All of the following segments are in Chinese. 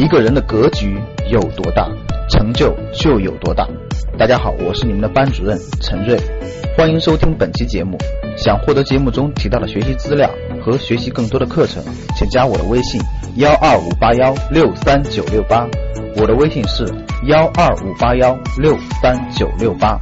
一个人的格局有多大，成就就有多大。大家好，我是你们的班主任陈瑞，欢迎收听本期节目。想获得节目中提到的学习资料和学习更多的课程，请加我的微信12581639668，我的微信是12581639668。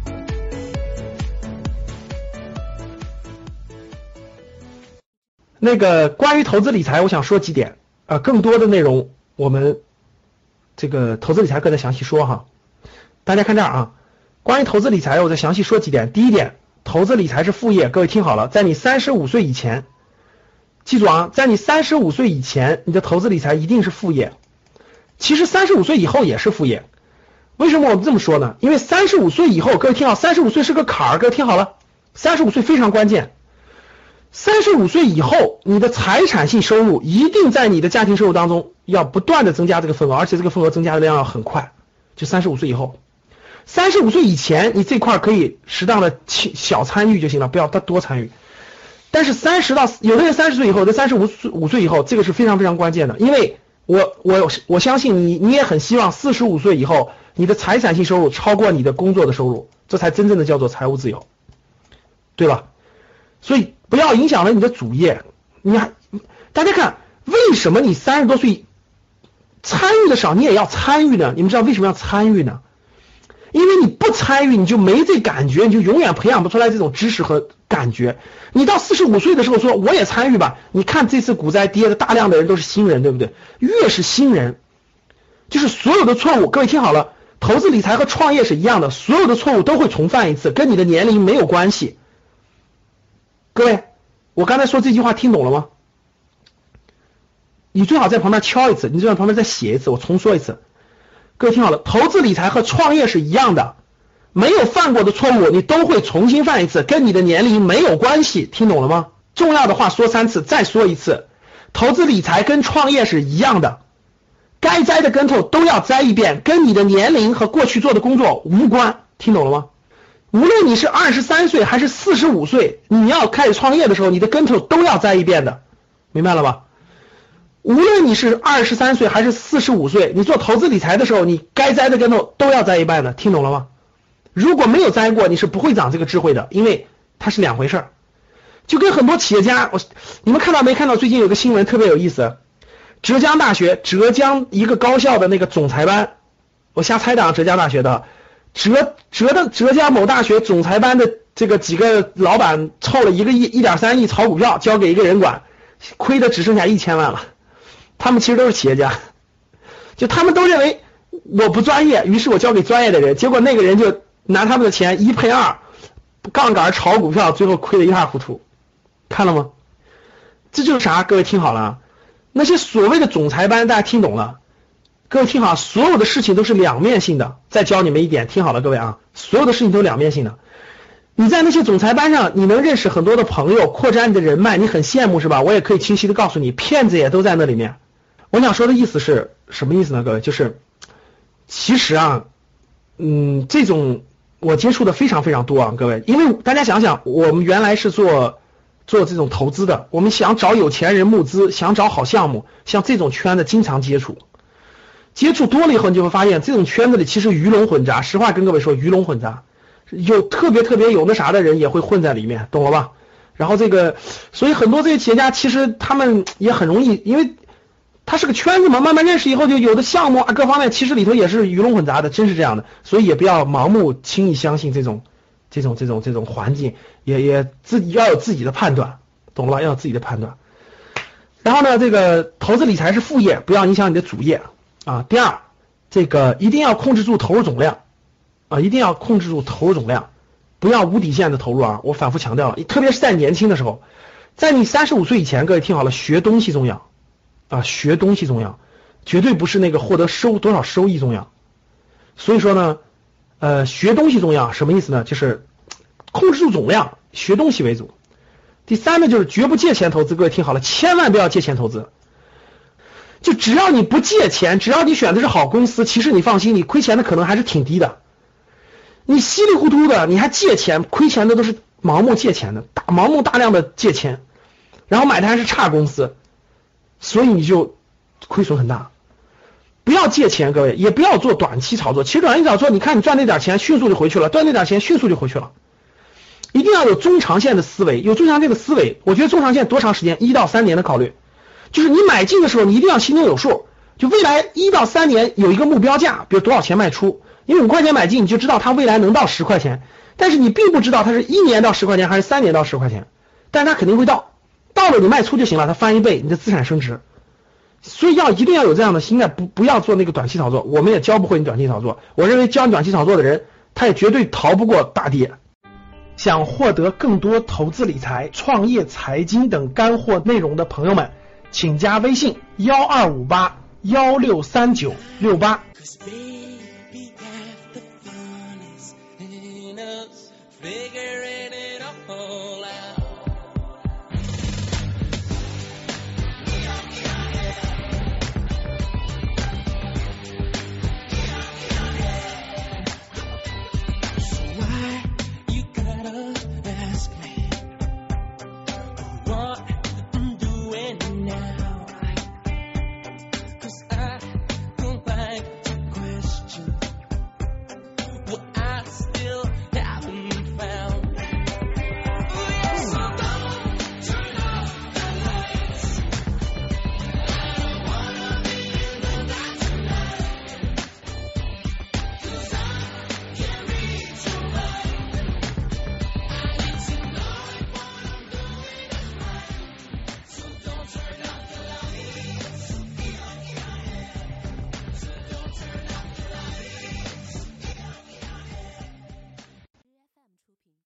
那个关于投资理财，我想说几点更多的内容我们这个投资理财课再详细说哈。大家看这儿啊，关于投资理财我再详细说几点。第一点，投资理财是副业，各位听好了，在你35岁以前，记住啊，在你35岁以前，你的投资理财一定是副业。其实35岁以后也是副业。为什么我们这么说呢？因为35岁以后，各位听好，35岁是个坎儿，各位听好了，35岁非常关键。35岁以后，你的财产性收入一定在你的家庭收入当中要不断的增加这个份额，而且这个份额增加的量要很快。就35岁以后，35岁以前，你这块可以适当的小参与就行了，不要多参与。但是有的人30岁以后，在35岁以后，这个是非常非常关键的，因为我相信你也很希望45岁以后，你的财产性收入超过你的工作的收入，这才真正的叫做财务自由，对吧？所以不要影响了你的主业。大家看，为什么你30多岁参与的少，你也要参与呢？你们知道为什么要参与呢？因为你不参与，你就没这感觉，你就永远培养不出来这种知识和感觉。你到45岁的时候说我也参与吧，你看这次股灾跌的大量的人都是新人，对不对？越是新人，就是所有的错误，各位听好了，投资理财和创业是一样的，所有的错误都会重犯一次，跟你的年龄没有关系。各位，我刚才说这句话听懂了吗？你最好在旁边敲一次，你最好在旁边再写一次，我重说一次。各位听好了，投资理财和创业是一样的，没有犯过的错误你都会重新犯一次，跟你的年龄没有关系，听懂了吗？重要的话说3次，再说一次，投资理财跟创业是一样的，该栽的跟头都要栽一遍，跟你的年龄和过去做的工作无关，听懂了吗？无论你是23岁还是45岁，你要开始创业的时候，你的跟头都要栽一遍的，明白了吧？无论你是23岁还是45岁，你做投资理财的时候，你该栽的跟头都要栽一半的，听懂了吗？如果没有栽过，你是不会长这个智慧的，因为它是两回事儿。就跟很多企业家，你们看到没看到最近有个新闻特别有意思，浙江大学浙江一个高校的那个总裁班，我瞎猜的啊，浙江大学的浙江某大学总裁班的这个几个老板凑了1.3亿炒股票，交给一个人管，亏的只剩下1000万了。他们其实都是企业家，就他们都认为我不专业，于是我交给专业的人，结果那个人就拿他们的钱1配2，杠杆炒股票，最后亏得一塌糊涂，看了吗？这就是啥？各位听好了啊，那些所谓的总裁班，大家听懂了？各位听好，所有的事情都是两面性的。再教你们一点，听好了各位啊，所有的事情都是两面性的。你在那些总裁班上，你能认识很多的朋友，扩展你的人脉，你很羡慕是吧？我也可以清晰的告诉你，骗子也都在那里面。我想说的意思是什么意思呢？各位，就是其实啊，这种我接触的非常非常多啊，各位，因为大家想想，我们原来是做这种投资的，我们想找有钱人募资，想找好项目，像这种圈子经常接触多了以后，你就会发现这种圈子里其实鱼龙混杂。实话跟各位说，鱼龙混杂，有特别有那啥的人也会混在里面，懂了吧？然后所以很多这些企业家其实他们也很容易，因为他是个圈子嘛，慢慢认识以后，就有的项目啊各方面其实里头也是鱼龙混杂的，真是这样的。所以也不要盲目轻易相信这种环境，也自己要有自己的判断，懂了吧？要有自己的判断。然后呢，这个投资理财是副业，不要影响你的主业啊。第二，这个一定要控制住投入总量啊，一定要控制住投入总量，不要无底线的投入啊。我反复强调了，特别是在年轻的时候，在你35岁以前，各位听好了，学东西重要啊，学东西重要，绝对不是那个获得多少收益重要。所以说呢，学东西重要，什么意思呢？就是控制住总量，学东西为主。第三呢，就是绝不借钱投资，各位听好了，千万不要借钱投资。就只要你不借钱，只要你选的是好公司，其实你放心，你亏钱的可能还是挺低的。你稀里糊涂的，你还借钱，亏钱的都是盲目借钱的，盲目大量的借钱，然后买的还是差公司，所以你就亏损很大。 不要借钱，各位也不要做短期炒作。其实短期炒作，你看你赚那点钱迅速就回去了，赚那点钱迅速就回去了。一定要有中长线的思维，有中长线的思维。我觉得中长线多长时间？1到3年的考虑，就是你买进的时候，你一定要心中有数，就未来1到3年有一个目标价，比如多少钱卖出。因为5块钱买进，你就知道它未来能到10块钱，但是你并不知道它是1年到10块钱还是3年到10块钱，但是它肯定会到了你卖出就行了，它翻1倍，你的资产升值。所以一定要有这样的心态，不要做那个短期炒作。我们也教不会你短期炒作，我认为教你短期炒作的人，他也绝对逃不过大跌。想获得更多投资理财、创业、财经等干货内容的朋友们，请加微信1258163968。